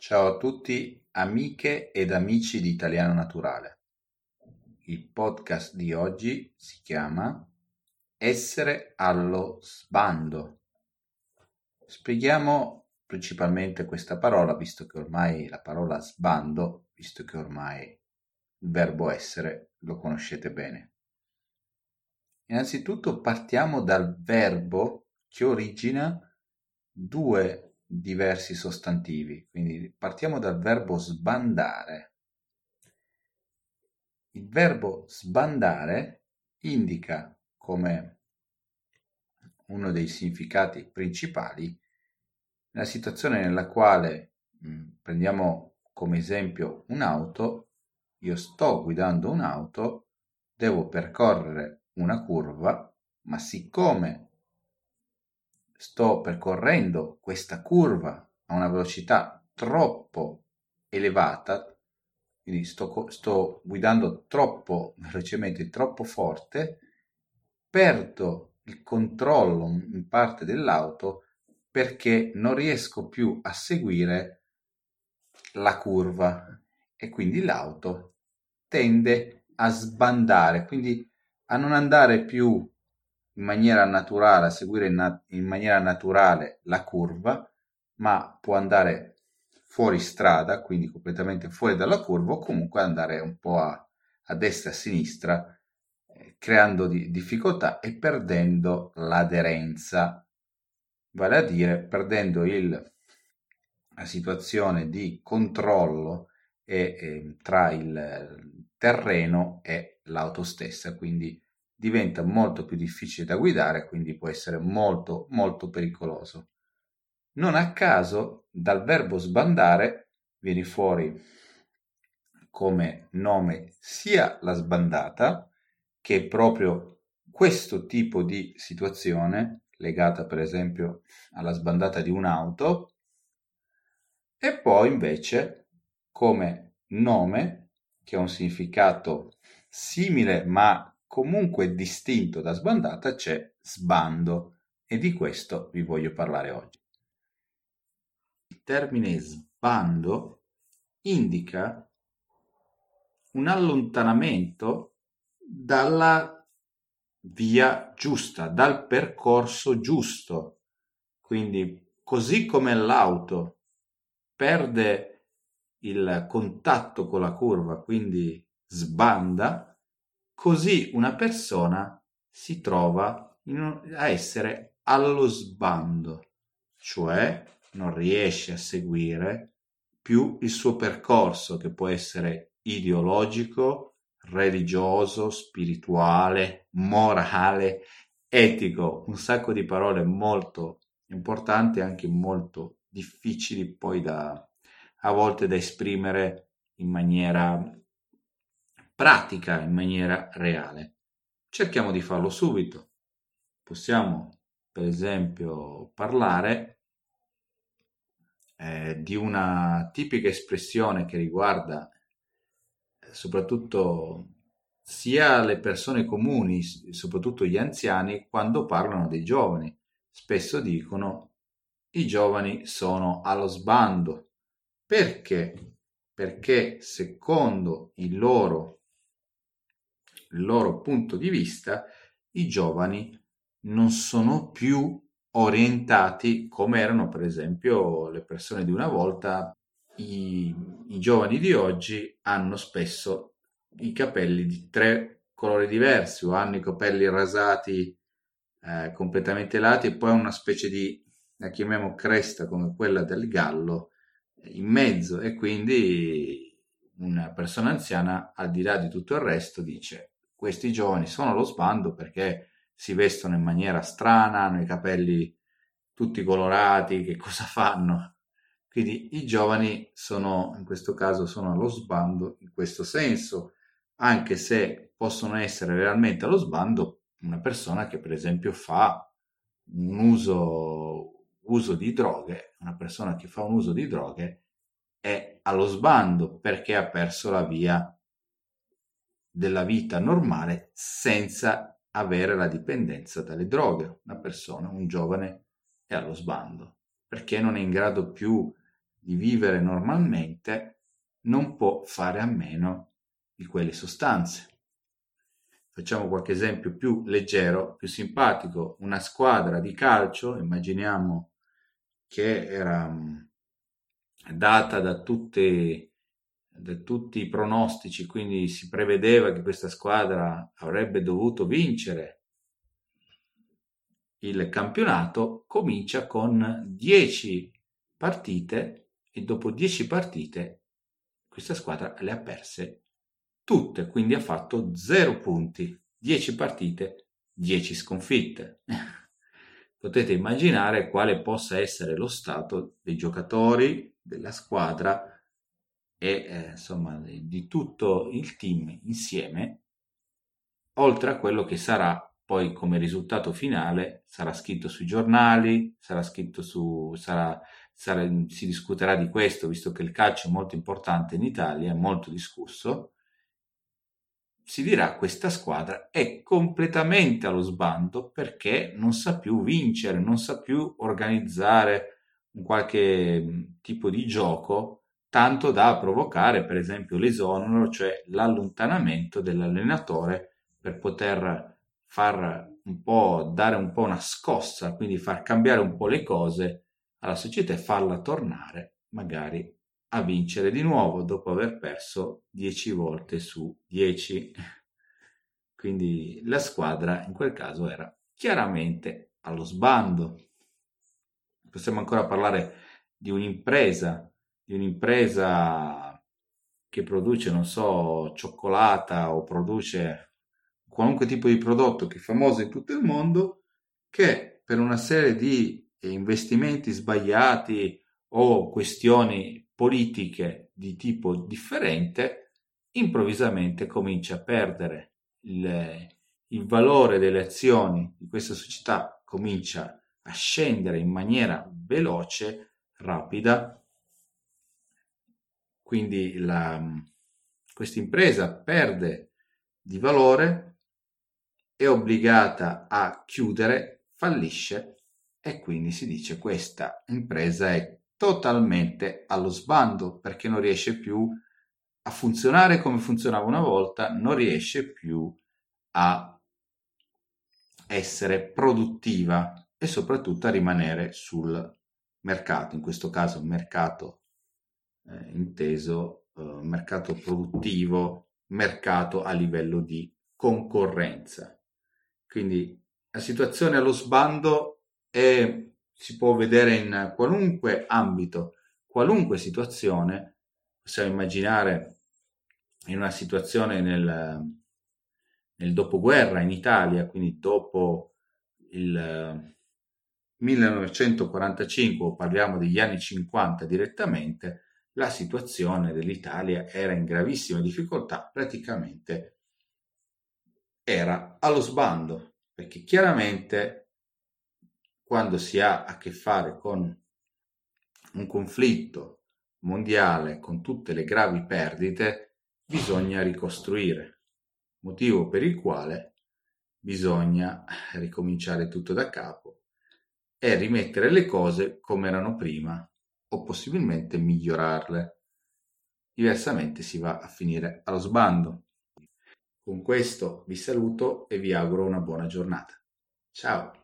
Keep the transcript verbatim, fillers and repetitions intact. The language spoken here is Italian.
Ciao a tutti, amiche ed amici di Italiano Naturale. Il podcast di oggi si chiama Essere allo sbando. Spieghiamo principalmente questa parola, visto che ormai la parola sbando, visto che ormai il verbo essere lo conoscete bene. Innanzitutto partiamo dal verbo che origina due diversi sostantivi, quindi partiamo dal verbo sbandare. Il verbo sbandare indica come uno dei significati principali la situazione nella quale, mh, prendiamo come esempio un'auto, io sto guidando un'auto, devo percorrere una curva, ma siccome sto percorrendo questa curva a una velocità troppo elevata, quindi sto, sto guidando troppo velocemente, troppo forte, perdo il controllo in parte dell'auto perché non riesco più a seguire la curva e quindi l'auto tende a sbandare, quindi a non andare più in maniera naturale, a seguire in, na- in maniera naturale la curva, ma può andare fuori strada, quindi completamente fuori dalla curva, o comunque andare un po' a, a destra e a sinistra, eh, creando di- difficoltà e perdendo l'aderenza, vale a dire perdendo il, la situazione di controllo e, eh, tra il terreno e l'auto stessa, quindi diventa molto più difficile da guidare, quindi può essere molto molto pericoloso. Non a caso dal verbo sbandare viene fuori come nome sia la sbandata, che è proprio questo tipo di situazione legata per esempio alla sbandata di un'auto, e poi invece come nome che ha un significato simile ma comunque distinto da sbandata c'è sbando, e di questo vi voglio parlare oggi. Il termine sbando indica un allontanamento dalla via giusta, dal percorso giusto. Quindi, così come l'auto perde il contatto con la curva, quindi sbanda, così una persona si trova in- a essere allo sbando, cioè non riesce a seguire più il suo percorso, che può essere ideologico, religioso, spirituale, morale, etico, un sacco di parole molto importanti e anche molto difficili poi da a volte da esprimere in maniera pratica, in maniera reale. Cerchiamo di farlo subito. Possiamo, per esempio, parlare eh, di una tipica espressione che riguarda eh, soprattutto sia le persone comuni, s- soprattutto gli anziani, quando parlano dei giovani. Spesso dicono i giovani sono allo sbando. Perché? Perché secondo il loro, il loro punto di vista, i giovani non sono più orientati come erano per esempio le persone di una volta. I, i giovani di oggi hanno spesso i capelli di tre colori diversi, o hanno i capelli rasati eh, completamente lati e poi una specie di, la chiamiamo cresta come quella del gallo in mezzo, e quindi una persona anziana, al di là di tutto il resto, dice questi giovani sono allo sbando perché si vestono in maniera strana, hanno i capelli tutti colorati, che cosa fanno? Quindi i giovani sono, in questo caso, sono allo sbando in questo senso, anche se possono essere realmente allo sbando una persona che per esempio fa un uso, uso di droghe, una persona che fa un uso di droghe è allo sbando perché ha perso la via della vita normale senza avere la dipendenza dalle droghe. Una persona, un giovane, è allo sbando perché non è in grado più di vivere normalmente, non può fare a meno di quelle sostanze. Facciamo qualche esempio più leggero, più simpatico. Una squadra di calcio, immaginiamo che era mh, data da tutte da tutti i pronostici, quindi si prevedeva che questa squadra avrebbe dovuto vincere il campionato, comincia con dieci partite e dopo dieci partite questa squadra le ha perse tutte, quindi ha fatto zero punti, dieci partite, dieci sconfitte. Potete immaginare quale possa essere lo stato dei giocatori, della squadra e eh, insomma di, di tutto il team insieme, oltre a quello che sarà poi come risultato finale, sarà scritto sui giornali, sarà scritto su, sarà, sarà, si discuterà di questo, visto che il calcio è molto importante in Italia, è molto discusso. Si dirà questa squadra è completamente allo sbando perché non sa più vincere, non sa più organizzare un qualche tipo di gioco tanto da provocare per esempio l'esonero, cioè l'allontanamento dell'allenatore per poter far un po', dare un po' una scossa, quindi far cambiare un po' le cose alla società e farla tornare magari a vincere di nuovo dopo aver perso dieci volte su dieci. Quindi la squadra in quel caso era chiaramente allo sbando. Possiamo ancora parlare di un'impresa, di un'impresa che produce, non so, cioccolata o produce qualunque tipo di prodotto che è famoso in tutto il mondo, che per una serie di investimenti sbagliati o questioni politiche di tipo differente, improvvisamente comincia a perdere il, il valore delle azioni di questa società, comincia a scendere in maniera veloce, rapida, quindi questa impresa perde di valore, è obbligata a chiudere, fallisce e quindi si dice questa impresa è totalmente allo sbando perché non riesce più a funzionare come funzionava una volta, non riesce più a essere produttiva e soprattutto a rimanere sul mercato, in questo caso mercato eh, inteso eh, mercato produttivo, mercato a livello di concorrenza. Quindi la situazione allo sbando è, si può vedere in qualunque ambito, qualunque situazione. Possiamo immaginare in una situazione nel, nel dopoguerra in Italia, quindi dopo il millenovecentoquarantacinque, o parliamo degli anni cinquanta direttamente, la situazione dell'Italia era in gravissima difficoltà, praticamente era allo sbando, perché chiaramente quando si ha a che fare con un conflitto mondiale con tutte le gravi perdite, bisogna ricostruire, motivo per il quale bisogna ricominciare tutto da capo e rimettere le cose come erano prima o possibilmente migliorarle. Diversamente si va a finire allo sbando. Con questo vi saluto e vi auguro una buona giornata. Ciao!